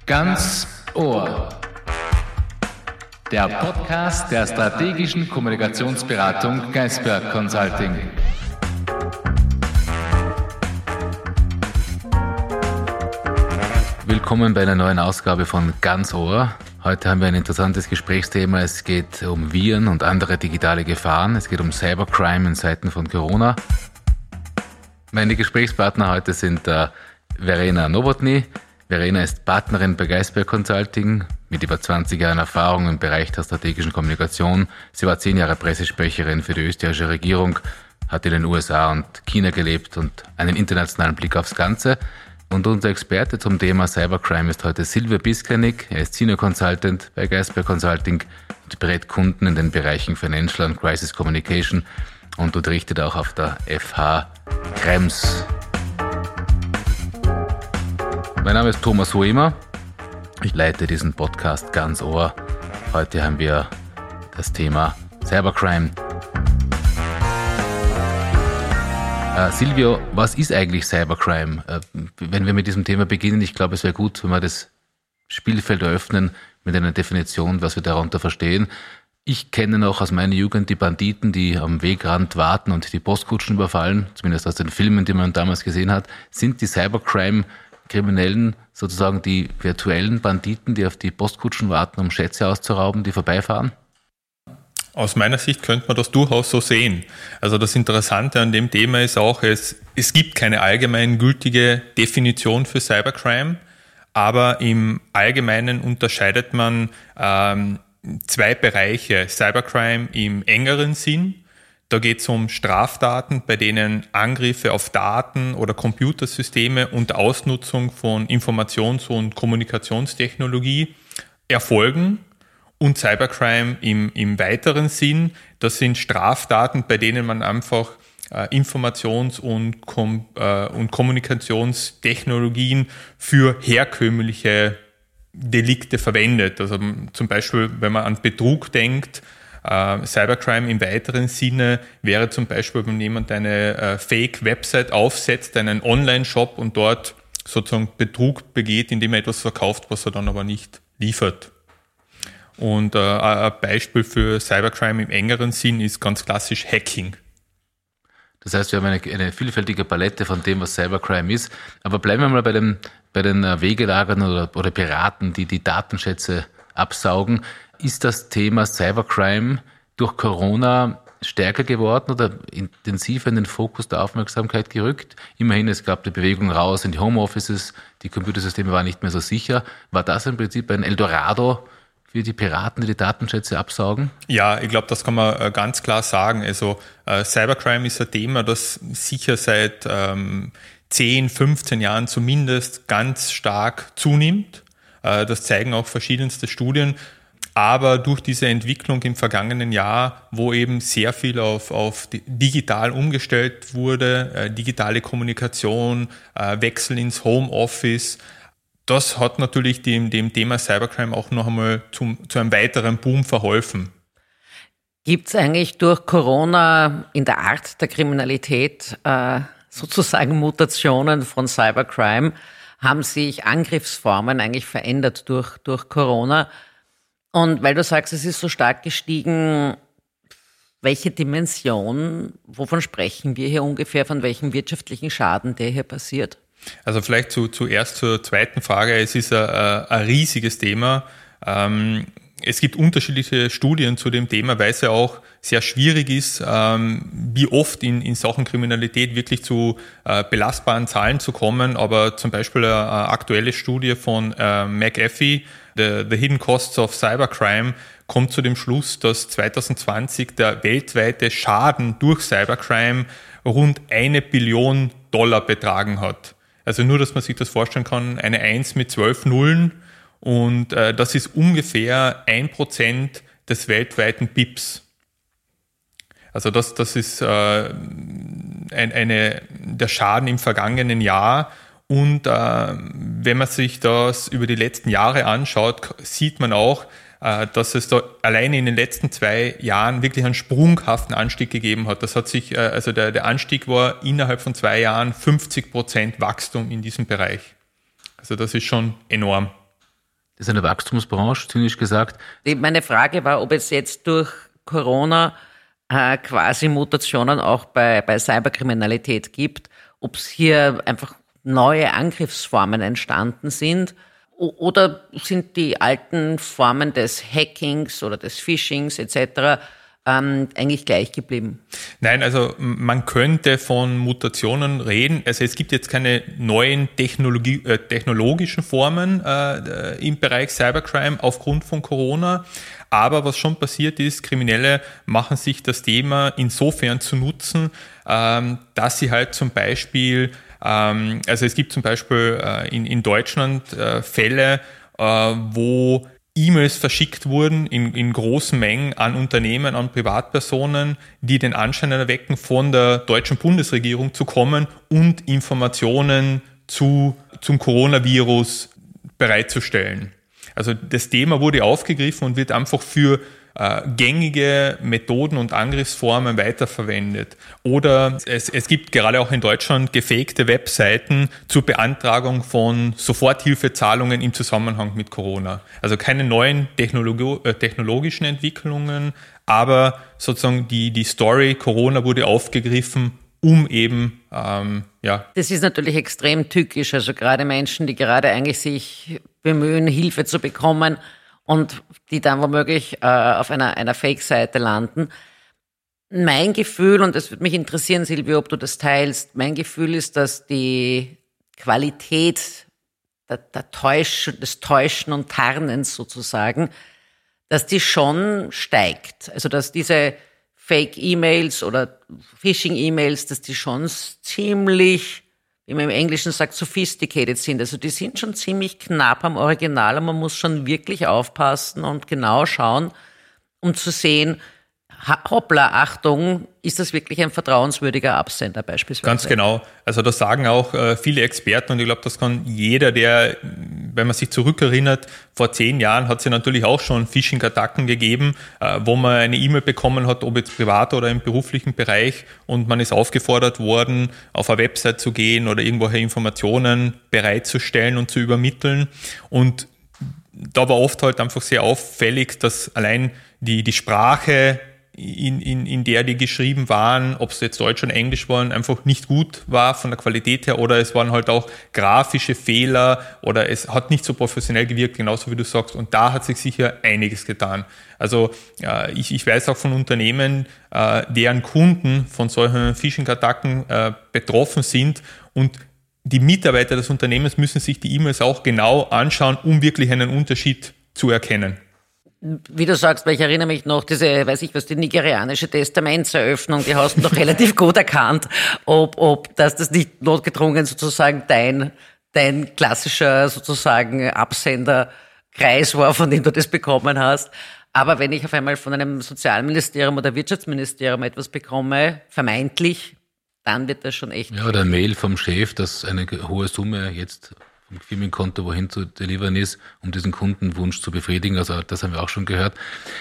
Ganz Ohr. Der Podcast der strategischen Kommunikationsberatung Geisberg Consulting. Willkommen bei einer neuen Ausgabe von Ganz Ohr. Heute haben wir ein interessantes Gesprächsthema. Es geht um Viren und andere digitale Gefahren. Es geht um Cybercrime in Zeiten von Corona. Meine Gesprächspartner heute sind Verena Nowotny. Verena ist Partnerin bei Geisberg Consulting mit über 20 Jahren Erfahrung im Bereich der strategischen Kommunikation. Sie war 10 Jahre Pressesprecherin für die österreichische Regierung, hat in den USA und China gelebt und einen internationalen Blick aufs Ganze. Und unser Experte zum Thema Cybercrime ist heute Silvio Biskanik. Er ist Senior Consultant bei Geisberg Consulting und berät Kunden in den Bereichen Financial und Crisis Communication und unterrichtet auch auf der FH Krems. Mein Name ist Thomas Hoemer. Ich leite diesen Podcast Ganz Ohr. Heute haben wir das Thema Cybercrime. Silvio, was ist eigentlich Cybercrime? Wenn wir mit diesem Thema beginnen, ich glaube, es wäre gut, wenn wir das Spielfeld eröffnen mit einer Definition, was wir darunter verstehen. Ich kenne noch aus meiner Jugend die Banditen, die am Wegrand warten und die Postkutschen überfallen, zumindest aus den Filmen, die man damals gesehen hat. Sind die Cybercrime-Kriminellen sozusagen die virtuellen Banditen, die auf die Postkutschen warten, um Schätze auszurauben, die vorbeifahren? Aus meiner Sicht könnte man das durchaus so sehen. Also das Interessante an dem Thema ist auch, es gibt keine allgemein gültige Definition für Cybercrime, aber im Allgemeinen unterscheidet man zwei Bereiche. Cybercrime im engeren Sinn. Da geht es um Straftaten, bei denen Angriffe auf Daten oder Computersysteme und Ausnutzung von Informations- und Kommunikationstechnologie erfolgen. Und Cybercrime im weiteren Sinn, das sind Straftaten, bei denen man einfach Informations- und Kommunikationstechnologien für herkömmliche Delikte verwendet. Also zum Beispiel, wenn man an Betrug denkt, Cybercrime im weiteren Sinne wäre zum Beispiel, wenn jemand eine Fake-Website aufsetzt, einen Online-Shop und dort sozusagen Betrug begeht, indem er etwas verkauft, was er dann aber nicht liefert. Und ein Beispiel für Cybercrime im engeren Sinn ist ganz klassisch Hacking. Das heißt, wir haben eine vielfältige Palette von dem, was Cybercrime ist. Aber bleiben wir mal bei den Wegelagern oder Piraten, die die Datenschätze absaugen. Ist das Thema Cybercrime durch Corona stärker geworden oder intensiver in den Fokus der Aufmerksamkeit gerückt? Immerhin, es gab die Bewegung raus in die Homeoffices, die Computersysteme waren nicht mehr so sicher. War das im Prinzip ein Eldorado für die Piraten, die Datenschätze absaugen? Ja, ich glaube, das kann man ganz klar sagen. Also Cybercrime ist ein Thema, das sicher seit 10, 15 Jahren zumindest ganz stark zunimmt. Das zeigen auch verschiedenste Studien. Aber durch diese Entwicklung im vergangenen Jahr, wo eben sehr viel auf digital umgestellt wurde, digitale Kommunikation, Wechsel ins Homeoffice, das hat natürlich dem Thema Cybercrime auch noch einmal zu einem weiteren Boom verholfen. Gibt es eigentlich durch Corona in der Art der Kriminalität sozusagen Mutationen von Cybercrime? Haben sich Angriffsformen eigentlich verändert durch Corona? Und weil du sagst, es ist so stark gestiegen, welche Dimension, wovon sprechen wir hier ungefähr, von welchem wirtschaftlichen Schaden, der hier passiert? Also vielleicht zuerst zur zweiten Frage. Es ist ein riesiges Thema. Es gibt unterschiedliche Studien zu dem Thema, weil es ja auch sehr schwierig ist, wie oft in Sachen Kriminalität wirklich zu belastbaren Zahlen zu kommen. Aber zum Beispiel eine aktuelle Studie von McAfee, The Hidden Costs of Cybercrime, kommt zu dem Schluss, dass 2020 der weltweite Schaden durch Cybercrime rund $1 Billion betragen hat. Also nur, dass man sich das vorstellen kann, eine 1 mit 12 Nullen und das ist ungefähr 1% des weltweiten BIPs. Also das ist der Schaden im vergangenen Jahr und wenn man sich das über die letzten Jahre anschaut, sieht man auch, dass es da alleine in den letzten 2 Jahren wirklich einen sprunghaften Anstieg gegeben hat. Das hat sich, also der Anstieg war innerhalb von 2 Jahren 50% Wachstum in diesem Bereich. Also das ist schon enorm. Das ist eine Wachstumsbranche, zynisch gesagt. Meine Frage war, ob es jetzt durch Corona quasi Mutationen auch bei Cyberkriminalität gibt, ob es hier einfach neue Angriffsformen entstanden sind oder sind die alten Formen des Hackings oder des Phishings etc. Eigentlich gleich geblieben? Nein, also man könnte von Mutationen reden. Also es gibt jetzt keine neuen technologischen Formen im Bereich Cybercrime aufgrund von Corona. Aber was schon passiert ist, Kriminelle machen sich das Thema insofern zu nutzen, dass sie halt zum Beispiel, also es gibt zum Beispiel in Deutschland Fälle, wo E-Mails verschickt wurden in großen Mengen an Unternehmen, an Privatpersonen, die den Anschein erwecken, von der deutschen Bundesregierung zu kommen und Informationen zum Coronavirus bereitzustellen. Also das Thema wurde aufgegriffen und wird einfach für gängige Methoden und Angriffsformen weiterverwendet. Oder es gibt gerade auch in Deutschland gefakte Webseiten zur Beantragung von Soforthilfezahlungen im Zusammenhang mit Corona. Also keine neuen technologischen Entwicklungen, aber sozusagen die Story Corona wurde aufgegriffen, um eben, Das ist natürlich extrem tückisch, also gerade Menschen, die gerade eigentlich sich bemühen, Hilfe zu bekommen und die dann womöglich auf einer Fake-Seite landen. Mein Gefühl, und das würde mich interessieren, Silvio, ob du das teilst, mein Gefühl ist, dass die Qualität des Täuschen und Tarnens sozusagen, dass die schon steigt. Also dass diese Fake-E-Mails oder Phishing-E-Mails, dass die schon ziemlich, wie man im Englischen sagt, sophisticated sind. Also die sind schon ziemlich knapp am Original und man muss schon wirklich aufpassen und genau schauen, um zu sehen, hoppla, Achtung, ist das wirklich ein vertrauenswürdiger Absender beispielsweise? Ganz genau. Also das sagen auch viele Experten und ich glaube, das kann jeder, der, wenn man sich zurückerinnert, vor 10 Jahren hat es ja natürlich auch schon Phishing-Attacken gegeben, wo man eine E-Mail bekommen hat, ob jetzt privat oder im beruflichen Bereich und man ist aufgefordert worden, auf eine Website zu gehen oder irgendwelche Informationen bereitzustellen und zu übermitteln. Und da war oft halt einfach sehr auffällig, dass allein die Sprache, in der die geschrieben waren, ob es jetzt Deutsch oder Englisch waren, einfach nicht gut war von der Qualität her oder es waren halt auch grafische Fehler oder es hat nicht so professionell gewirkt, genauso wie du sagst. Und da hat sich sicher einiges getan. Also ich weiß auch von Unternehmen, deren Kunden von solchen Phishing-Attacken betroffen sind und die Mitarbeiter des Unternehmens müssen sich die E-Mails auch genau anschauen, um wirklich einen Unterschied zu erkennen. Wie du sagst, weil ich erinnere mich noch, die nigerianische Testamentseröffnung, die hast du doch relativ gut erkannt, ob das nicht notgedrungen sozusagen dein klassischer sozusagen Absenderkreis war, von dem du das bekommen hast. Aber wenn ich auf einmal von einem Sozialministerium oder Wirtschaftsministerium etwas bekomme, vermeintlich, dann wird das schon echt. Ja, oder ein Mail vom Chef, dass eine hohe Summe jetzt vom Firmenkonto wohin zu delivern ist, um diesen Kundenwunsch zu befriedigen. Also das haben wir auch schon gehört.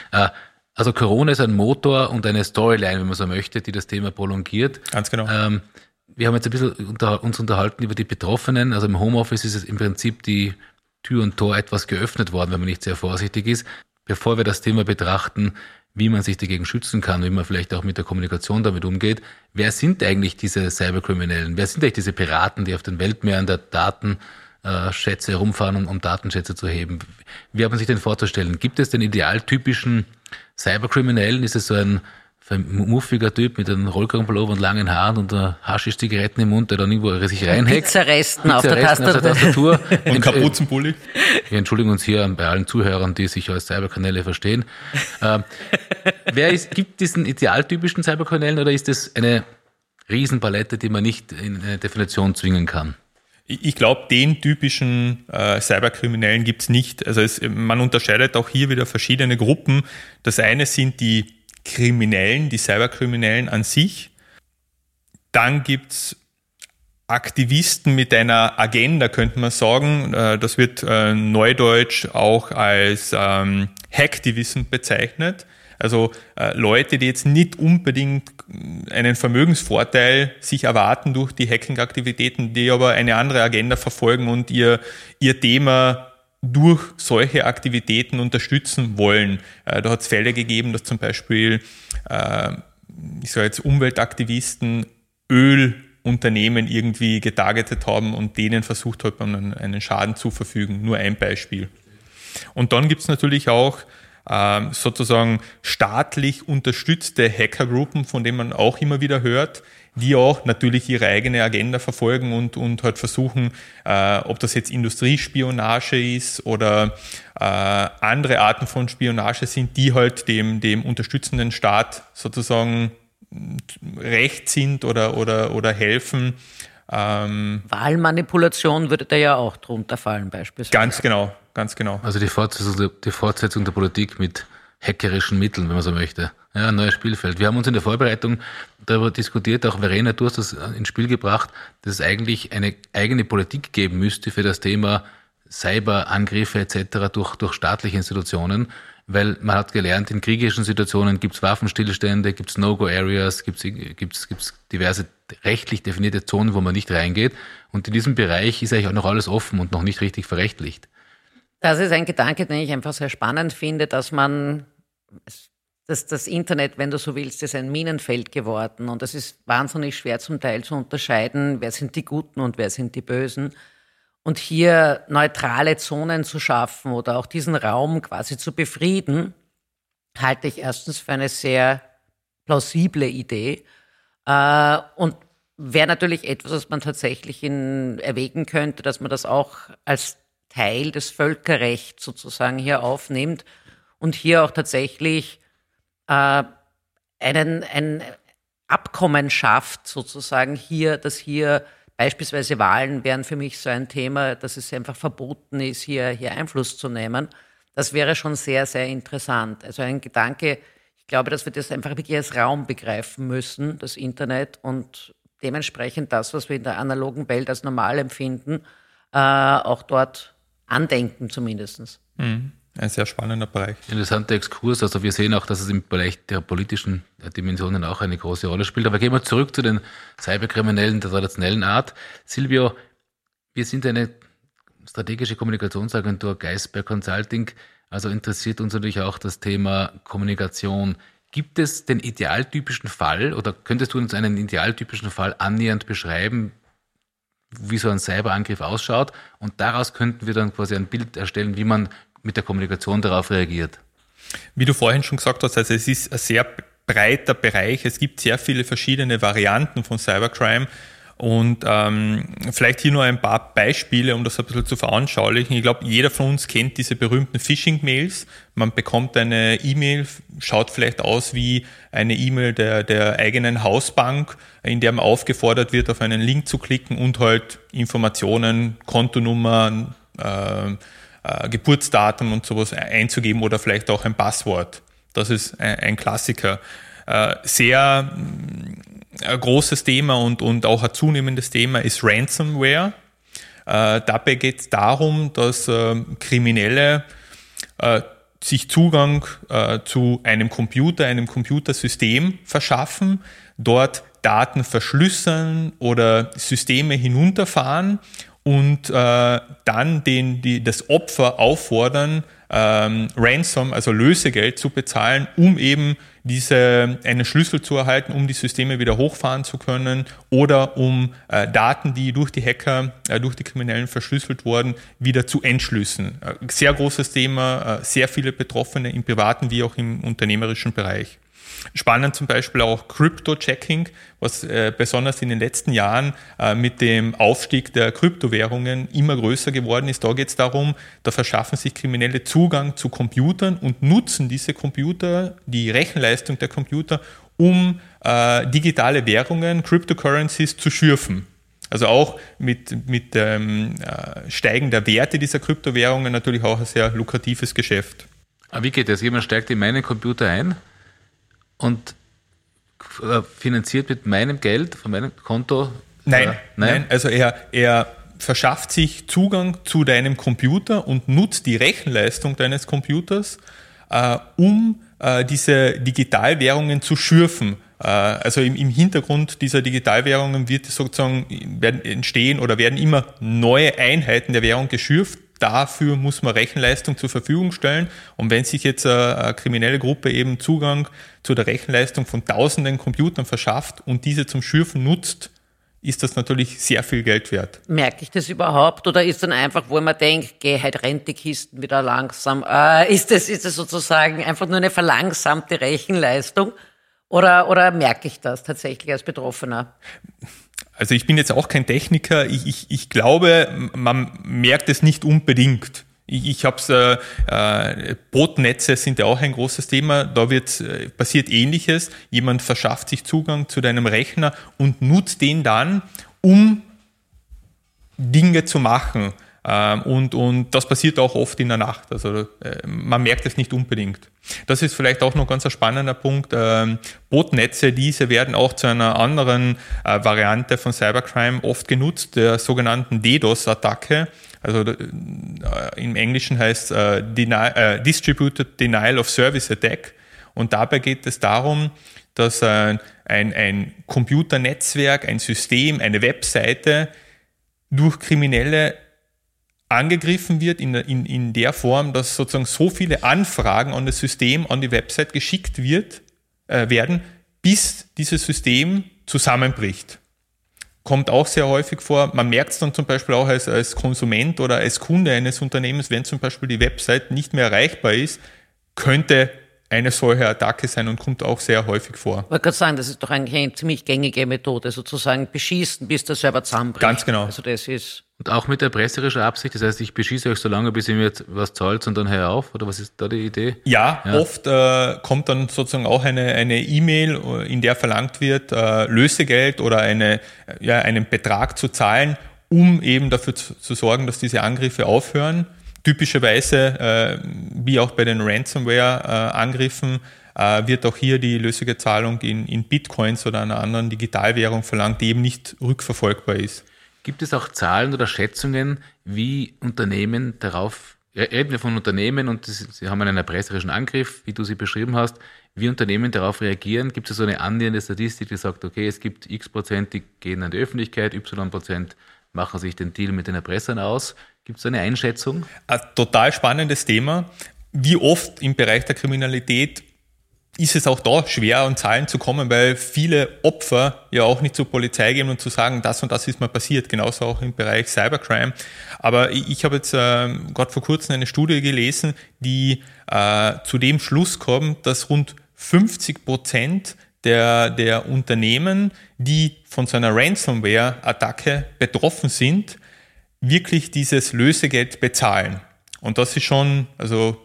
Also Corona ist ein Motor und eine Storyline, wenn man so möchte, die das Thema prolongiert. Ganz genau. Wir haben jetzt ein bisschen uns unterhalten über die Betroffenen. Also im Homeoffice ist es im Prinzip die Tür und Tor etwas geöffnet worden, wenn man nicht sehr vorsichtig ist. Bevor wir das Thema betrachten, wie man sich dagegen schützen kann, wie man vielleicht auch mit der Kommunikation damit umgeht. Wer sind eigentlich diese Cyberkriminellen? Wer sind eigentlich diese Piraten, die auf den Weltmeeren der Datenschätze herumfahren, um Datenschätze zu heben? Wie hat man sich denn vorzustellen? Gibt es den idealtypischen Cyberkriminellen? Ist es so ein muffiger Typ mit einem Rollkragenpullover und langen Haaren und Haschisch-Zigaretten im Mund, der dann irgendwo sich reinhackt? Pizzaresten auf der Tastatur. Und Kapuzenpulli. Wir entschuldigen uns hier bei allen Zuhörern, die sich als Cyberkriminelle verstehen. Gibt diesen idealtypischen Cyberkriminellen oder ist das eine Riesenpalette, die man nicht in eine Definition zwingen kann? Ich glaube, den typischen Cyberkriminellen gibt's nicht. Also man unterscheidet auch hier wieder verschiedene Gruppen. Das eine sind die Kriminellen, die Cyberkriminellen an sich. Dann gibt's Aktivisten mit einer Agenda, könnte man sagen. Das wird neudeutsch auch als Hacktivism bezeichnet. Also Leute, die jetzt nicht unbedingt einen Vermögensvorteil sich erwarten durch die Hacking-Aktivitäten, die aber eine andere Agenda verfolgen und ihr Thema durch solche Aktivitäten unterstützen wollen. Da hat es Fälle gegeben, dass zum Beispiel Umweltaktivisten Ölunternehmen irgendwie getargetet haben und denen versucht hat, einen Schaden zu verfügen. Nur ein Beispiel. Und dann gibt es natürlich auch sozusagen staatlich unterstützte Hackergruppen, von denen man auch immer wieder hört, die auch natürlich ihre eigene Agenda verfolgen und halt versuchen, ob das jetzt Industriespionage ist oder andere Arten von Spionage sind, die halt dem unterstützenden Staat sozusagen recht sind oder helfen. Wahlmanipulation würde da ja auch drunter fallen beispielsweise. Ganz genau. Also die Fortsetzung der Politik mit hackerischen Mitteln, wenn man so möchte. Ja, ein neues Spielfeld. Wir haben uns in der Vorbereitung darüber diskutiert, auch Verena, du hast das ins Spiel gebracht, dass es eigentlich eine eigene Politik geben müsste für das Thema Cyberangriffe etc. durch staatliche Institutionen, weil man hat gelernt, in kriegerischen Situationen gibt es Waffenstillstände, gibt es No-Go-Areas, gibt es diverse rechtlich definierte Zonen, wo man nicht reingeht. Und in diesem Bereich ist eigentlich auch noch alles offen und noch nicht richtig verrechtlicht. Das ist ein Gedanke, den ich einfach sehr spannend finde, dass das Internet, wenn du so willst, ist ein Minenfeld geworden und es ist wahnsinnig schwer zum Teil zu unterscheiden, wer sind die Guten und wer sind die Bösen. Und hier neutrale Zonen zu schaffen oder auch diesen Raum quasi zu befrieden, halte ich erstens für eine sehr plausible Idee und wäre natürlich etwas, was man tatsächlich erwägen könnte, dass man das auch als Teil des Völkerrechts sozusagen hier aufnimmt und hier auch tatsächlich ein Abkommen schafft, sozusagen dass hier beispielsweise Wahlen wären für mich so ein Thema, dass es einfach verboten ist, hier Einfluss zu nehmen. Das wäre schon sehr, sehr interessant. Also ein Gedanke, ich glaube, dass wir das einfach wirklich als Raum begreifen müssen, das Internet, und dementsprechend das, was wir in der analogen Welt als normal empfinden, auch dort andenken zumindest. Ein sehr spannender Bereich. Interessanter Exkurs. Also wir sehen auch, dass es im Bereich der politischen Dimensionen auch eine große Rolle spielt. Aber gehen wir zurück zu den Cyberkriminellen der traditionellen Art. Silvio, wir sind eine strategische Kommunikationsagentur Geisberg Consulting. Also interessiert uns natürlich auch das Thema Kommunikation. Gibt es den idealtypischen Fall oder könntest du uns einen idealtypischen Fall annähernd beschreiben, wie so ein Cyberangriff ausschaut? Und daraus könnten wir dann quasi ein Bild erstellen, wie man mit der Kommunikation darauf reagiert. Wie du vorhin schon gesagt hast, also es ist ein sehr breiter Bereich. Es gibt sehr viele verschiedene Varianten von Cybercrime. Und vielleicht hier nur ein paar Beispiele, um das ein bisschen zu veranschaulichen. Ich glaube, jeder von uns kennt diese berühmten Phishing-Mails. Man bekommt eine E-Mail, schaut vielleicht aus wie eine E-Mail der eigenen Hausbank, in der man aufgefordert wird, auf einen Link zu klicken und halt Informationen, Kontonummern, Geburtsdatum und sowas einzugeben oder vielleicht auch ein Passwort. Das ist ein Klassiker. Sehr ein großes Thema und auch ein zunehmendes Thema ist Ransomware. Dabei geht es darum, dass Kriminelle sich Zugang zu einem Computersystem verschaffen, dort Daten verschlüsseln oder Systeme hinunterfahren und dann das Opfer auffordern, Ransom, also Lösegeld zu bezahlen, um eben einen Schlüssel zu erhalten, um die Systeme wieder hochfahren zu können oder um Daten, die durch die Hacker, durch die Kriminellen verschlüsselt wurden, wieder zu entschlüsseln. Sehr großes Thema, sehr viele Betroffene im privaten wie auch im unternehmerischen Bereich. Spannend zum Beispiel auch Crypto-Checking, was besonders in den letzten Jahren mit dem Aufstieg der Kryptowährungen immer größer geworden ist. Da geht es darum, da verschaffen sich Kriminelle Zugang zu Computern und nutzen diese Computer, die Rechenleistung der Computer, um digitale Währungen, Cryptocurrencies zu schürfen. Also auch mit Steigen der Werte dieser Kryptowährungen natürlich auch ein sehr lukratives Geschäft. Aber wie geht das? Jemand steigt in meinen Computer ein und finanziert mit meinem Geld, von meinem Konto? Nein. Also er verschafft sich Zugang zu deinem Computer und nutzt die Rechenleistung deines Computers, um diese Digitalwährungen zu schürfen. Also im Hintergrund dieser Digitalwährungen werden immer neue Einheiten der Währung geschürft, dafür muss man Rechenleistung zur Verfügung stellen. Und wenn sich jetzt eine kriminelle Gruppe eben Zugang zu der Rechenleistung von tausenden Computern verschafft und diese zum Schürfen nutzt, ist das natürlich sehr viel Geld wert. Merke ich das überhaupt oder ist dann einfach, wo man denkt, geh, halt rennt die Kisten wieder langsam, ist das sozusagen einfach nur eine verlangsamte Rechenleistung oder merke ich das tatsächlich als Betroffener? Also ich bin jetzt auch kein Techniker, ich glaube, man merkt es nicht unbedingt. Ich habe Botnetze sind ja auch ein großes Thema. Da passiert Ähnliches. Jemand verschafft sich Zugang zu deinem Rechner und nutzt den dann, um Dinge zu machen. Und das passiert auch oft in der Nacht. Also man merkt es nicht unbedingt. Das ist vielleicht auch noch ganz ein spannender Punkt. Botnetze, diese werden auch zu einer anderen Variante von Cybercrime oft genutzt, der sogenannten DDoS-Attacke. Also im Englischen heißt Distributed Denial of Service Attack. Und dabei geht es darum, dass ein Computernetzwerk, ein System, eine Webseite durch Kriminelle angegriffen wird in der Form, dass sozusagen so viele Anfragen an das System, an die Website geschickt werden, bis dieses System zusammenbricht. Kommt auch sehr häufig vor. Man merkt es dann zum Beispiel auch als Konsument oder als Kunde eines Unternehmens, wenn zum Beispiel die Website nicht mehr erreichbar ist, könnte eine solche Attacke sein und kommt auch sehr häufig vor. Ich wollte gerade sagen, das ist doch eigentlich eine ziemlich gängige Methode, sozusagen beschießen, bis der Server zusammenbricht. Ganz genau. Also das ist... Und auch mit erpresserischer Absicht, das heißt, ich beschieße euch so lange, bis ihr mir was zahlt und dann hör auf, oder was ist da die Idee? Ja. Oft kommt dann sozusagen auch eine E-Mail, in der verlangt wird, Lösegeld oder einen Betrag zu zahlen, um eben dafür zu sorgen, dass diese Angriffe aufhören. Typischerweise, wie auch bei den Ransomware-Angriffen, wird auch hier die Lösegeldzahlung in Bitcoins oder einer anderen Digitalwährung verlangt, die eben nicht rückverfolgbar ist. Gibt es auch Zahlen oder Schätzungen, wie Unternehmen reden wir von Unternehmen und sie haben einen erpresserischen Angriff, wie du sie beschrieben hast, wie Unternehmen darauf reagieren? Gibt es so eine annähernde Statistik, die sagt, okay, es gibt x%, die gehen an die Öffentlichkeit, y% machen sich den Deal mit den Erpressern aus? Gibt es eine Einschätzung? Ein total spannendes Thema. Wie oft im Bereich der Kriminalität ist es auch da schwer, an Zahlen zu kommen, weil viele Opfer ja auch nicht zur Polizei gehen und zu sagen, das und das ist mal passiert, genauso auch im Bereich Cybercrime. Aber ich habe jetzt gerade vor kurzem eine Studie gelesen, die zu dem Schluss kommt, dass rund 50% der Unternehmen, die von so einer Ransomware-Attacke betroffen sind, wirklich dieses Lösegeld bezahlen. Und das ist schon, also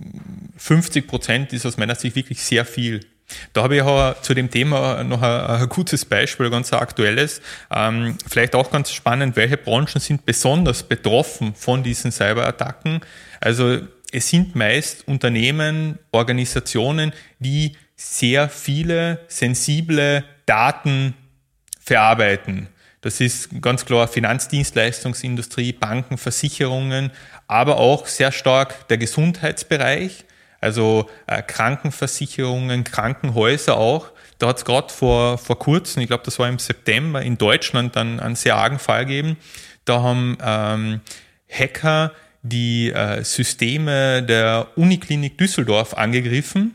50% ist aus meiner Sicht wirklich sehr viel. Da habe ich auch zu dem Thema noch ein gutes Beispiel, ganz aktuelles. Vielleicht auch ganz spannend, welche Branchen sind besonders betroffen von diesen Cyberattacken. Also es sind meist Unternehmen, Organisationen, die sehr viele sensible Daten verarbeiten. Das ist ganz klar Finanzdienstleistungsindustrie, Banken, Versicherungen, aber auch sehr stark der Gesundheitsbereich, also Krankenversicherungen, Krankenhäuser auch. Da hat es gerade vor kurzem, ich glaube, das war im September, in Deutschland dann einen sehr argen Fall gegeben. Da haben Hacker die Systeme der Uniklinik Düsseldorf angegriffen,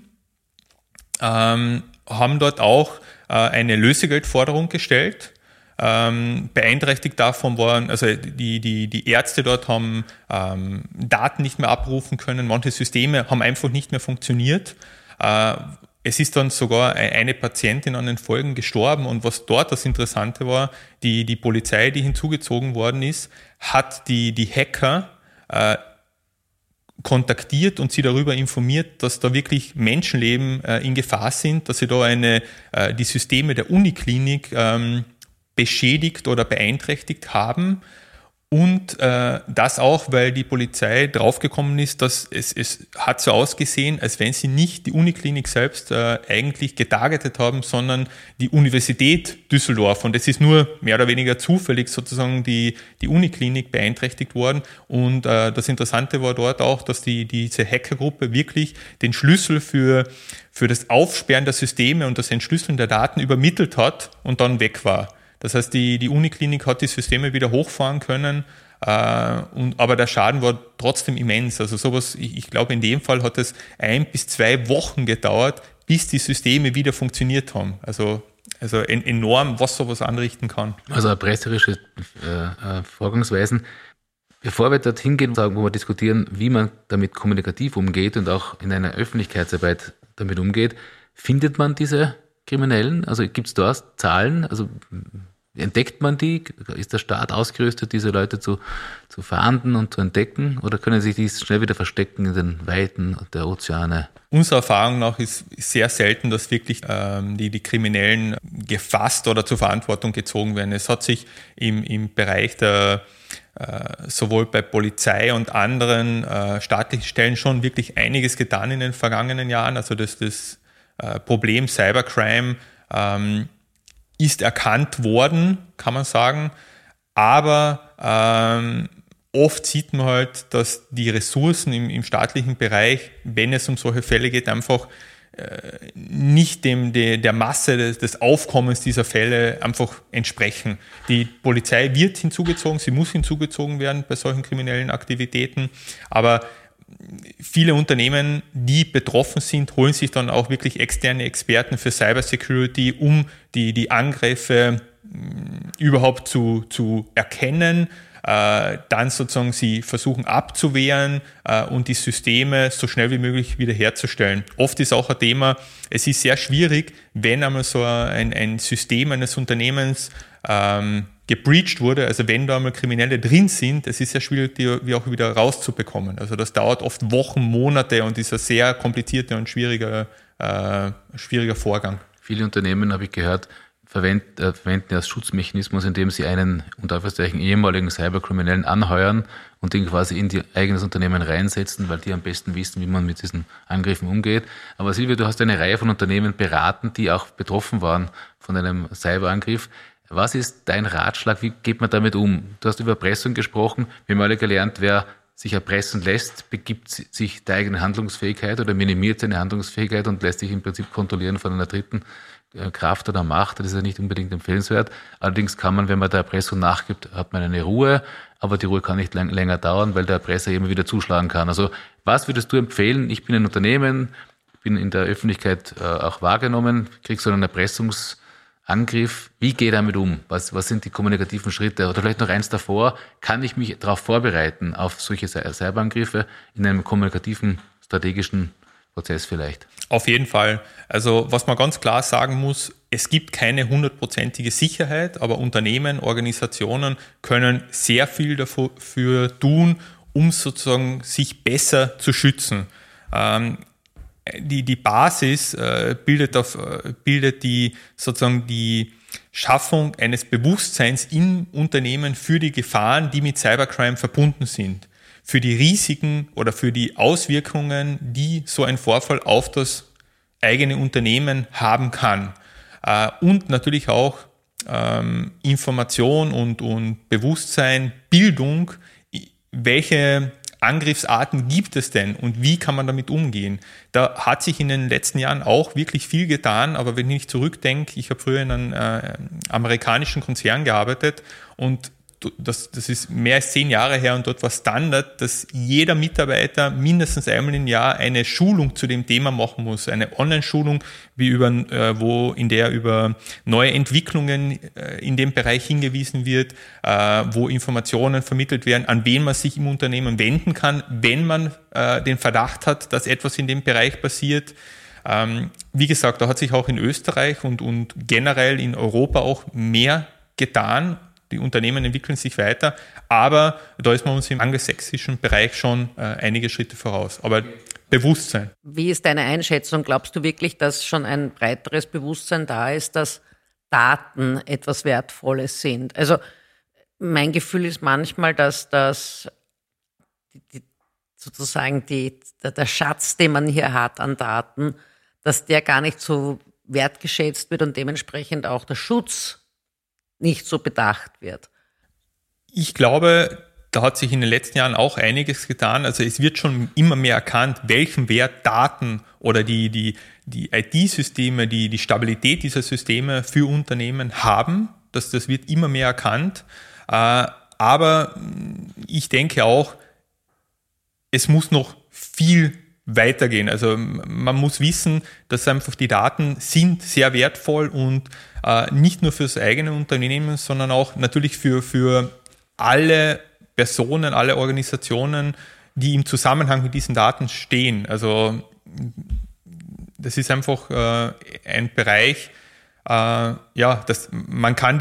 haben dort auch eine Lösegeldforderung gestellt. Beeinträchtigt davon waren, also die Ärzte dort haben Daten nicht mehr abrufen können, manche Systeme haben einfach nicht mehr funktioniert. Es ist dann sogar eine Patientin an den Folgen gestorben und was dort das Interessante war, die Polizei, die hinzugezogen worden ist, hat die Hacker kontaktiert und sie darüber informiert, dass da wirklich Menschenleben in Gefahr sind, dass sie da die Systeme der Uniklinik beschädigt oder beeinträchtigt haben und das auch, weil die Polizei draufgekommen ist, dass es hat so ausgesehen, als wenn sie nicht die Uniklinik selbst eigentlich getargetet haben, sondern die Universität Düsseldorf und es ist nur mehr oder weniger zufällig sozusagen die Uniklinik beeinträchtigt worden und das Interessante war dort auch, dass diese Hackergruppe wirklich den Schlüssel für das Aufsperren der Systeme und das Entschlüsseln der Daten übermittelt hat und dann weg war. Das heißt, die Uniklinik hat die Systeme wieder hochfahren können aber der Schaden war trotzdem immens. Also sowas, ich glaube, in dem Fall hat es 1 bis 2 Wochen gedauert, bis die Systeme wieder funktioniert haben. Also enorm, was sowas anrichten kann. Also erpresserische Vorgangsweisen. Bevor wir dorthin gehen, wo wir diskutieren, wie man damit kommunikativ umgeht und auch in einer Öffentlichkeitsarbeit damit umgeht, findet man diese Kriminellen? Also gibt es da Zahlen? Also entdeckt man die? Ist der Staat ausgerüstet, diese Leute zu verahnden und zu entdecken? Oder können sich die schnell wieder verstecken in den Weiten der Ozeane? Unserer Erfahrung nach ist sehr selten, dass wirklich die Kriminellen gefasst oder zur Verantwortung gezogen werden. Es hat sich im Bereich der sowohl bei Polizei und anderen staatlichen Stellen schon wirklich einiges getan in den vergangenen Jahren. Also das Problem Cybercrime ist erkannt worden, kann man sagen. Aber oft sieht man halt, dass die Ressourcen im staatlichen Bereich, wenn es um solche Fälle geht, einfach nicht der Masse des Aufkommens dieser Fälle einfach entsprechen. Die Polizei wird hinzugezogen, sie muss hinzugezogen werden bei solchen kriminellen Aktivitäten, aber viele Unternehmen, die betroffen sind, holen sich dann auch wirklich externe Experten für Cybersecurity, um die Angriffe überhaupt zu erkennen, dann sozusagen sie versuchen abzuwehren und die Systeme so schnell wie möglich wiederherzustellen. Oft ist auch ein Thema, es ist sehr schwierig, wenn einmal so ein System eines Unternehmens gebreached wurde, also wenn da einmal Kriminelle drin sind, es ist sehr schwierig, die auch wieder rauszubekommen. Also das dauert oft Wochen, Monate und ist ein sehr komplizierter und schwieriger Vorgang. Viele Unternehmen, habe ich gehört, verwenden als Schutzmechanismus, indem sie einen unter Anführungszeichen ehemaligen Cyberkriminellen anheuern und den quasi in ihr eigenes Unternehmen reinsetzen, weil die am besten wissen, wie man mit diesen Angriffen umgeht. Aber Silvia, du hast eine Reihe von Unternehmen beraten, die auch betroffen waren von einem Cyberangriff. Was ist dein Ratschlag? Wie geht man damit um? Du hast über Erpressung gesprochen. Wir haben alle gelernt, wer sich erpressen lässt, begibt sich der eigenen Handlungsfähigkeit oder minimiert seine Handlungsfähigkeit und lässt sich im Prinzip kontrollieren von einer dritten Kraft oder Macht. Das ist ja nicht unbedingt empfehlenswert. Allerdings kann man, wenn man der Erpressung nachgibt, hat man eine Ruhe, aber die Ruhe kann nicht länger dauern, weil der Erpresser immer wieder zuschlagen kann. Also was würdest du empfehlen? Ich bin ein Unternehmen, bin in der Öffentlichkeit auch wahrgenommen, kriege so einen Erpressungsangriff. Wie gehe ich damit um? Was sind die kommunikativen Schritte? Oder vielleicht noch eins davor, kann ich mich darauf vorbereiten, auf solche Cyberangriffe in einem kommunikativen, strategischen Prozess vielleicht? Auf jeden Fall. Also was man ganz klar sagen muss, es gibt keine 100%ige Sicherheit, aber Unternehmen, Organisationen können sehr viel dafür tun, um sozusagen sich besser zu schützen. Die Basis bildet die Schaffung eines Bewusstseins im Unternehmen für die Gefahren, die mit Cybercrime verbunden sind, für die Risiken oder für die Auswirkungen, die so ein Vorfall auf das eigene Unternehmen haben kann. Und natürlich auch Information und Bewusstsein, Bildung, welche Angriffsarten gibt es denn und wie kann man damit umgehen? Da hat sich in den letzten Jahren auch wirklich viel getan, aber wenn ich zurückdenke, ich habe früher in einem amerikanischen Konzern gearbeitet und das ist mehr als 10 Jahre her und dort war Standard, dass jeder Mitarbeiter mindestens einmal im Jahr eine Schulung zu dem Thema machen muss. Eine Online-Schulung, in der über neue Entwicklungen in dem Bereich hingewiesen wird, wo Informationen vermittelt werden, an wen man sich im Unternehmen wenden kann, wenn man den Verdacht hat, dass etwas in dem Bereich passiert. Wie gesagt, da hat sich auch in Österreich und generell in Europa auch mehr getan. Die Unternehmen entwickeln sich weiter, aber da ist man uns im angelsächsischen Bereich schon einige Schritte voraus. Aber Bewusstsein. Wie ist deine Einschätzung? Glaubst du wirklich, dass schon ein breiteres Bewusstsein da ist, dass Daten etwas Wertvolles sind? Also mein Gefühl ist manchmal, dass das sozusagen der Schatz, den man hier hat an Daten, dass der gar nicht so wertgeschätzt wird und dementsprechend auch der Schutz nicht so bedacht wird. Ich glaube, da hat sich in den letzten Jahren auch einiges getan. Also es wird schon immer mehr erkannt, welchen Wert Daten oder die IT-Systeme, die Stabilität dieser Systeme für Unternehmen haben. Das wird immer mehr erkannt. Aber ich denke auch, es muss noch viel weitergehen. Also man muss wissen, dass einfach die Daten sind sehr wertvoll und nicht nur für das eigene Unternehmen, sondern auch natürlich für alle Personen, alle Organisationen, die im Zusammenhang mit diesen Daten stehen. Also das ist einfach ein Bereich, man kann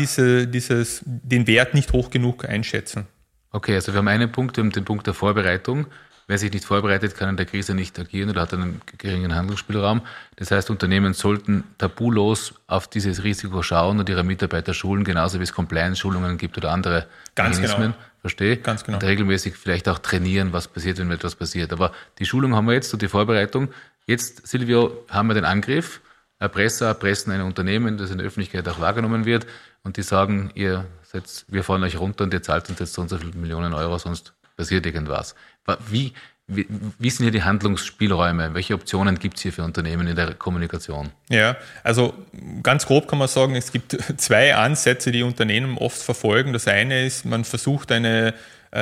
den Wert nicht hoch genug einschätzen. Okay, also wir haben einen Punkt, wir haben den Punkt der Vorbereitung. Wer sich nicht vorbereitet, kann in der Krise nicht agieren oder hat einen geringen Handlungsspielraum. Das heißt, Unternehmen sollten tabulos auf dieses Risiko schauen und ihre Mitarbeiter schulen, genauso wie es Compliance-Schulungen gibt oder andere Mechanismen. Genau. Verstehe. Ganz genau. Und regelmäßig vielleicht auch trainieren, was passiert, wenn etwas passiert. Aber die Schulung haben wir jetzt und die Vorbereitung. Jetzt, Silvio, haben wir den Angriff. Erpresser erpressen ein Unternehmen, das in der Öffentlichkeit auch wahrgenommen wird. Und die sagen, wir fahren euch runter und ihr zahlt uns jetzt so und so viele Millionen Euro, sonst passiert irgendwas. Wie sind hier die Handlungsspielräume? Welche Optionen gibt es hier für Unternehmen in der Kommunikation? Ja, also ganz grob kann man sagen, es gibt zwei Ansätze, die Unternehmen oft verfolgen. Das eine ist, man versucht eine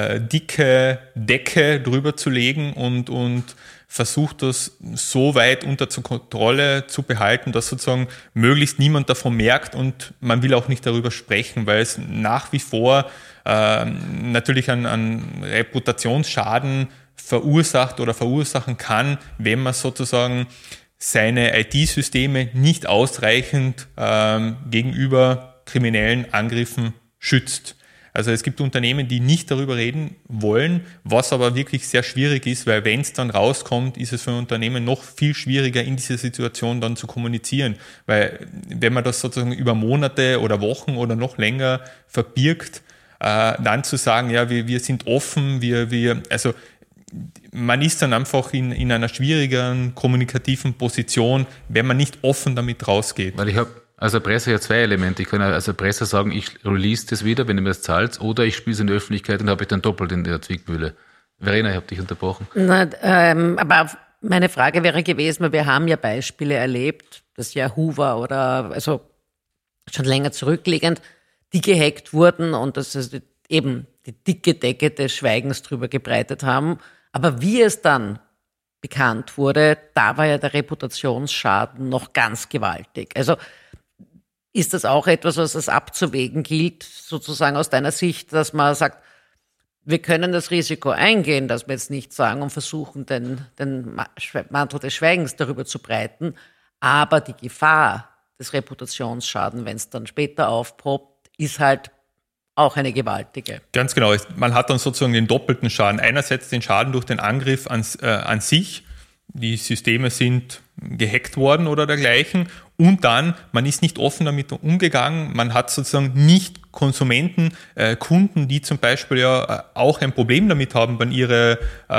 dicke Decke drüber zu legen und versucht das so weit unter Kontrolle zu behalten, dass sozusagen möglichst niemand davon merkt und man will auch nicht darüber sprechen, weil es nach wie vor natürlich an Reputationsschaden verursacht oder verursachen kann, wenn man sozusagen seine IT-Systeme nicht ausreichend gegenüber kriminellen Angriffen schützt. Also es gibt Unternehmen, die nicht darüber reden wollen, was aber wirklich sehr schwierig ist, weil wenn es dann rauskommt, ist es für ein Unternehmen noch viel schwieriger, in dieser Situation dann zu kommunizieren. Weil wenn man das sozusagen über Monate oder Wochen oder noch länger verbirgt, dann zu sagen, ja, wir sind offen, also man ist dann einfach in einer schwierigeren kommunikativen Position, wenn man nicht offen damit rausgeht. Weil ich habe als Erpresser ja zwei Elemente. Ich kann als Erpresser sagen, ich release das wieder, wenn ihr mir das zahlt, oder ich spiele es in der Öffentlichkeit und habe ich dann doppelt in der Zwickmühle. Verena, ich habe dich unterbrochen. Aber meine Frage wäre gewesen, weil wir haben ja Beispiele erlebt, das Yahoo war oder also schon länger zurückliegend, die gehackt wurden und das ist eben die dicke Decke des Schweigens drüber gebreitet haben. Aber wie es dann bekannt wurde, da war ja der Reputationsschaden noch ganz gewaltig. Also ist das auch etwas, was es abzuwägen gilt, sozusagen aus deiner Sicht, dass man sagt, wir können das Risiko eingehen, dass wir jetzt nicht sagen und versuchen, den Mantel des Schweigens darüber zu breiten, aber die Gefahr des Reputationsschadens, wenn es dann später aufpoppt, ist halt auch eine gewaltige. Ganz genau. Man hat dann sozusagen den doppelten Schaden. Einerseits den Schaden durch den Angriff an sich. Die Systeme sind gehackt worden oder dergleichen. Und dann, man ist nicht offen damit umgegangen. Man hat sozusagen nicht Konsumenten, Kunden, die zum Beispiel ja auch ein Problem damit haben, wenn ihre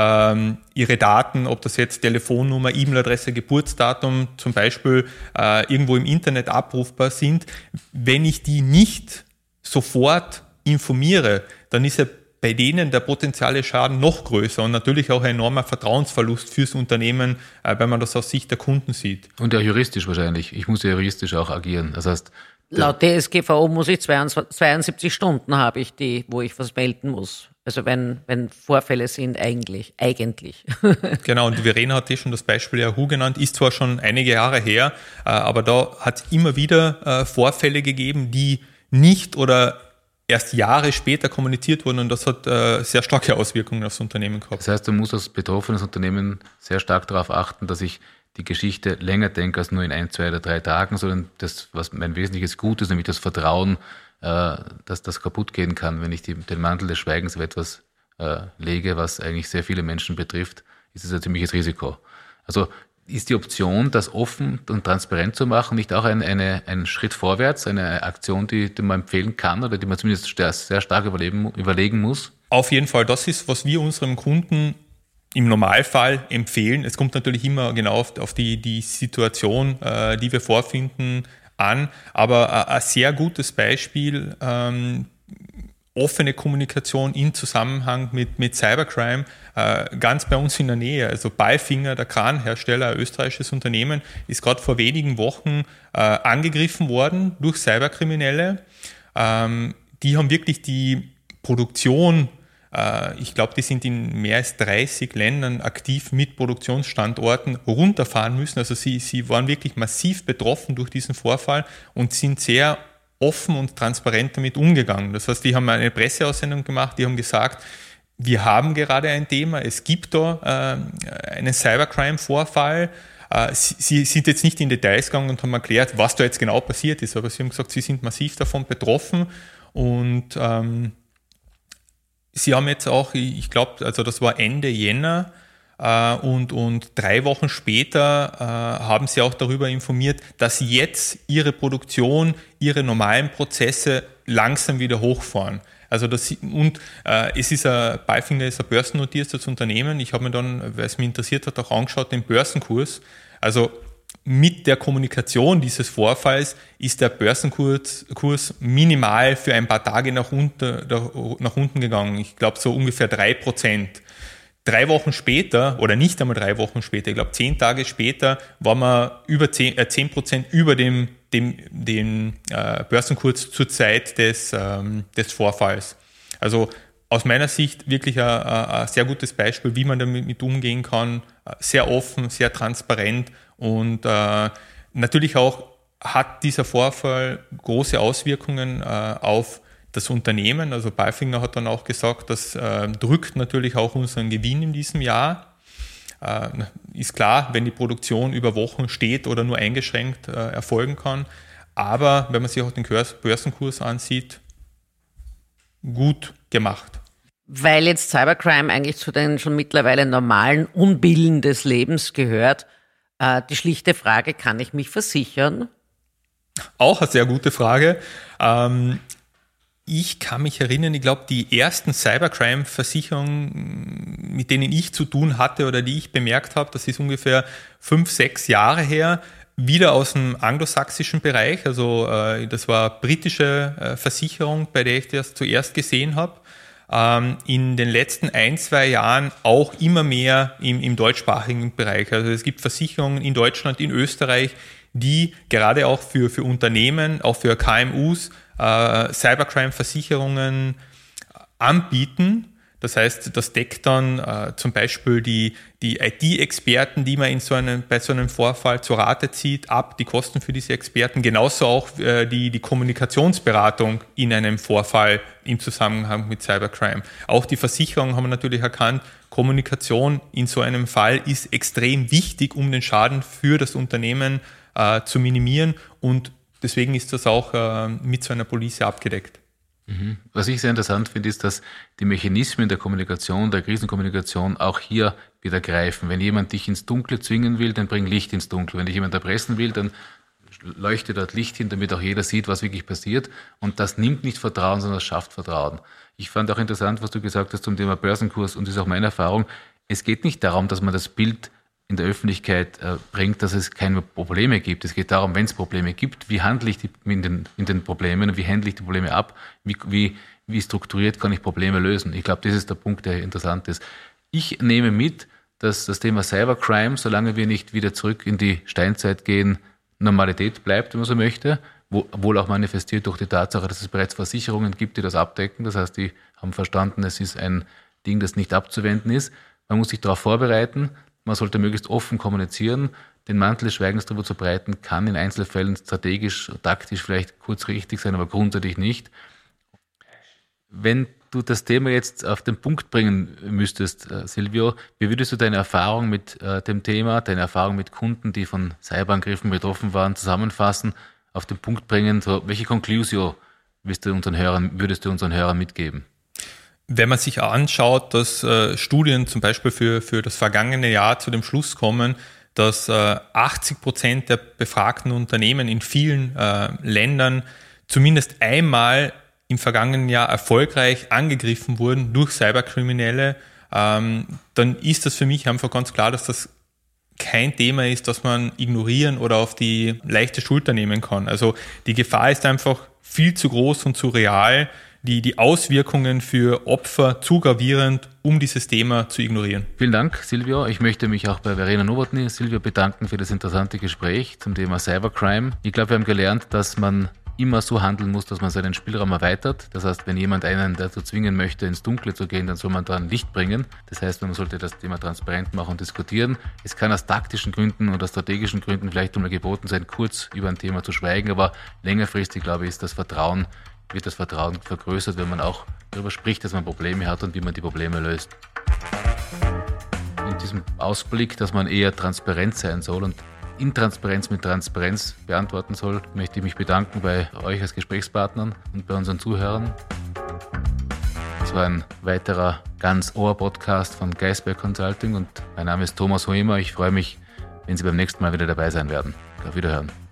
Daten, ob das jetzt Telefonnummer, E-Mail-Adresse, Geburtsdatum zum Beispiel irgendwo im Internet abrufbar sind. Wenn ich die nicht sofort informiere, dann ist ja bei denen der potenzielle Schaden noch größer und natürlich auch ein enormer Vertrauensverlust fürs Unternehmen, wenn man das aus Sicht der Kunden sieht. Und ja juristisch wahrscheinlich. Ich muss ja juristisch auch agieren. Das heißt, laut DSGVO muss ich 72 Stunden habe ich wo ich was melden muss. Also wenn Vorfälle sind eigentlich. Genau, und Verena hat schon das Beispiel Yahoo genannt, ist zwar schon einige Jahre her, aber da hat es immer wieder Vorfälle gegeben, die nicht oder erst Jahre später kommuniziert wurden und das hat sehr starke Auswirkungen aufs Unternehmen gehabt. Das heißt, du musst als betroffenes Unternehmen sehr stark darauf achten, dass ich die Geschichte länger denke als nur in 1, 2 oder 3 Tagen, sondern das, was mein wesentliches Gut ist, nämlich das Vertrauen, dass das kaputt gehen kann, wenn ich den Mantel des Schweigens auf etwas lege, was eigentlich sehr viele Menschen betrifft, ist es ein ziemliches Risiko. Also ist die Option, das offen und transparent zu machen, nicht auch ein Schritt vorwärts, eine Aktion, die man empfehlen kann oder die man zumindest sehr stark überlegen muss? Auf jeden Fall, das ist, was wir unserem Kunden im Normalfall empfehlen. Es kommt natürlich immer genau auf die Situation, die wir vorfinden, an. Aber ein sehr gutes Beispiel, offene Kommunikation in Zusammenhang mit Cybercrime, ganz bei uns in der Nähe. Also Balfinger, der Kranhersteller, ein österreichisches Unternehmen, ist gerade vor wenigen Wochen angegriffen worden durch Cyberkriminelle. Die haben wirklich die Produktion, ich glaube, die sind in mehr als 30 Ländern aktiv mit Produktionsstandorten runterfahren müssen. Also sie waren wirklich massiv betroffen durch diesen Vorfall und sind sehr offen und transparent damit umgegangen. Das heißt, die haben eine Presseaussendung gemacht, die haben gesagt, wir haben gerade ein Thema, es gibt da einen Cybercrime-Vorfall. Sie sind jetzt nicht in Details gegangen und haben erklärt, was da jetzt genau passiert ist, aber sie haben gesagt, sie sind massiv davon betroffen und sie haben jetzt auch, ich glaube, also das war Ende Jänner und 3 Wochen später haben sie auch darüber informiert, dass jetzt ihre Produktion, ihre normalen Prozesse langsam wieder hochfahren. Also es ist Palfinger ist ein börsennotiertes Unternehmen. Ich habe mir dann, weil es mich interessiert hat, auch angeschaut, den Börsenkurs. Also mit der Kommunikation dieses Vorfalls ist der Börsenkurs minimal für ein paar Tage nach unten gegangen. Ich glaube so ungefähr 3%. 3 Wochen später, oder nicht einmal 3 Wochen später, ich glaube 10 Tage später, waren wir über 10% über dem Börsenkurs zur Zeit des Vorfalls. Also aus meiner Sicht wirklich ein sehr gutes Beispiel, wie man damit umgehen kann. Sehr offen, sehr transparent und natürlich auch hat dieser Vorfall große Auswirkungen auf das Unternehmen. Also Palfinger hat dann auch gesagt, das drückt natürlich auch unseren Gewinn in diesem Jahr. Ist klar, wenn die Produktion über Wochen steht oder nur eingeschränkt erfolgen kann. Aber wenn man sich auch den Börsenkurs ansieht, gut gemacht. Weil jetzt Cybercrime eigentlich zu den schon mittlerweile normalen Unbillen des Lebens gehört, die schlichte Frage, kann ich mich versichern? Auch eine sehr gute Frage. Ich kann mich erinnern, ich glaube, die ersten Cybercrime-Versicherungen, mit denen ich zu tun hatte oder die ich bemerkt habe, das ist ungefähr 5-6 Jahre her, wieder aus dem anglosächsischen Bereich. Also das war britische Versicherung, bei der ich das zuerst gesehen habe. In den letzten 1-2 Jahren auch immer mehr im deutschsprachigen Bereich. Also es gibt Versicherungen in Deutschland, in Österreich, die gerade auch für Unternehmen, auch für KMUs, Cybercrime-Versicherungen anbieten. Das heißt, das deckt dann zum Beispiel die IT-Experten, die man bei so einem Vorfall zur Rate zieht, ab, die Kosten für diese Experten. Genauso auch die Kommunikationsberatung in einem Vorfall im Zusammenhang mit Cybercrime. Auch die Versicherungen haben natürlich erkannt, Kommunikation in so einem Fall ist extrem wichtig, um den Schaden für das Unternehmen zu minimieren, und deswegen ist das auch mit so einer Police abgedeckt. Was ich sehr interessant finde, ist, dass die Mechanismen der Kommunikation, der Krisenkommunikation auch hier wieder greifen. Wenn jemand dich ins Dunkle zwingen will, dann bring Licht ins Dunkel. Wenn dich jemand erpressen will, dann leuchte dort Licht hin, damit auch jeder sieht, was wirklich passiert. Und das nimmt nicht Vertrauen, sondern das schafft Vertrauen. Ich fand auch interessant, was du gesagt hast zum Thema Börsenkurs, und das ist auch meine Erfahrung. Es geht nicht darum, dass man das Bild in der Öffentlichkeit bringt, dass es keine Probleme gibt. Es geht darum, wenn es Probleme gibt, wie handle ich in den Problemen und wie handle ich die Probleme ab, wie strukturiert kann ich Probleme lösen. Ich glaube, das ist der Punkt, der interessant ist. Ich nehme mit, dass das Thema Cybercrime, solange wir nicht wieder zurück in die Steinzeit gehen, Normalität bleibt, wenn man so möchte, wohl auch manifestiert durch die Tatsache, dass es bereits Versicherungen gibt, die das abdecken. Das heißt, die haben verstanden, es ist ein Ding, das nicht abzuwenden ist. Man muss sich darauf vorbereiten. Man sollte möglichst offen kommunizieren. Den Mantel des Schweigens darüber zu breiten, kann in Einzelfällen strategisch, taktisch vielleicht kurz richtig sein, aber grundsätzlich nicht. Wenn du das Thema jetzt auf den Punkt bringen müsstest, Silvio, wie würdest du deine Erfahrung mit dem Thema, deine Erfahrung mit Kunden, die von Cyberangriffen betroffen waren, zusammenfassen, auf den Punkt bringen? So, welche Conclusio würdest du unseren Hörern mitgeben? Wenn man sich anschaut, dass Studien zum Beispiel für das vergangene Jahr zu dem Schluss kommen, dass 80% der befragten Unternehmen in vielen Ländern zumindest einmal im vergangenen Jahr erfolgreich angegriffen wurden durch Cyberkriminelle, dann ist das für mich einfach ganz klar, dass das kein Thema ist, das man ignorieren oder auf die leichte Schulter nehmen kann. Also die Gefahr ist einfach viel zu groß und zu real, die Auswirkungen für Opfer zu gravierend, um dieses Thema zu ignorieren. Vielen Dank, Silvio. Ich möchte mich auch bei Verena Nowotny, Silvio, bedanken für das interessante Gespräch zum Thema Cybercrime. Ich glaube, wir haben gelernt, dass man immer so handeln muss, dass man seinen Spielraum erweitert. Das heißt, wenn jemand einen dazu zwingen möchte, ins Dunkle zu gehen, dann soll man da ein Licht bringen. Das heißt, man sollte das Thema transparent machen und diskutieren. Es kann aus taktischen Gründen oder strategischen Gründen vielleicht einmal geboten sein, kurz über ein Thema zu schweigen, aber längerfristig, glaube ich, wird das Vertrauen vergrößert, wenn man auch darüber spricht, dass man Probleme hat und wie man die Probleme löst. In diesem Ausblick, dass man eher transparent sein soll und Intransparenz mit Transparenz beantworten soll, möchte ich mich bedanken bei euch als Gesprächspartnern und bei unseren Zuhörern. Das war ein weiterer Ganz-Ohr-Podcast von Geisberg Consulting und mein Name ist Thomas Hoemer. Ich freue mich, wenn Sie beim nächsten Mal wieder dabei sein werden. Auf Wiederhören.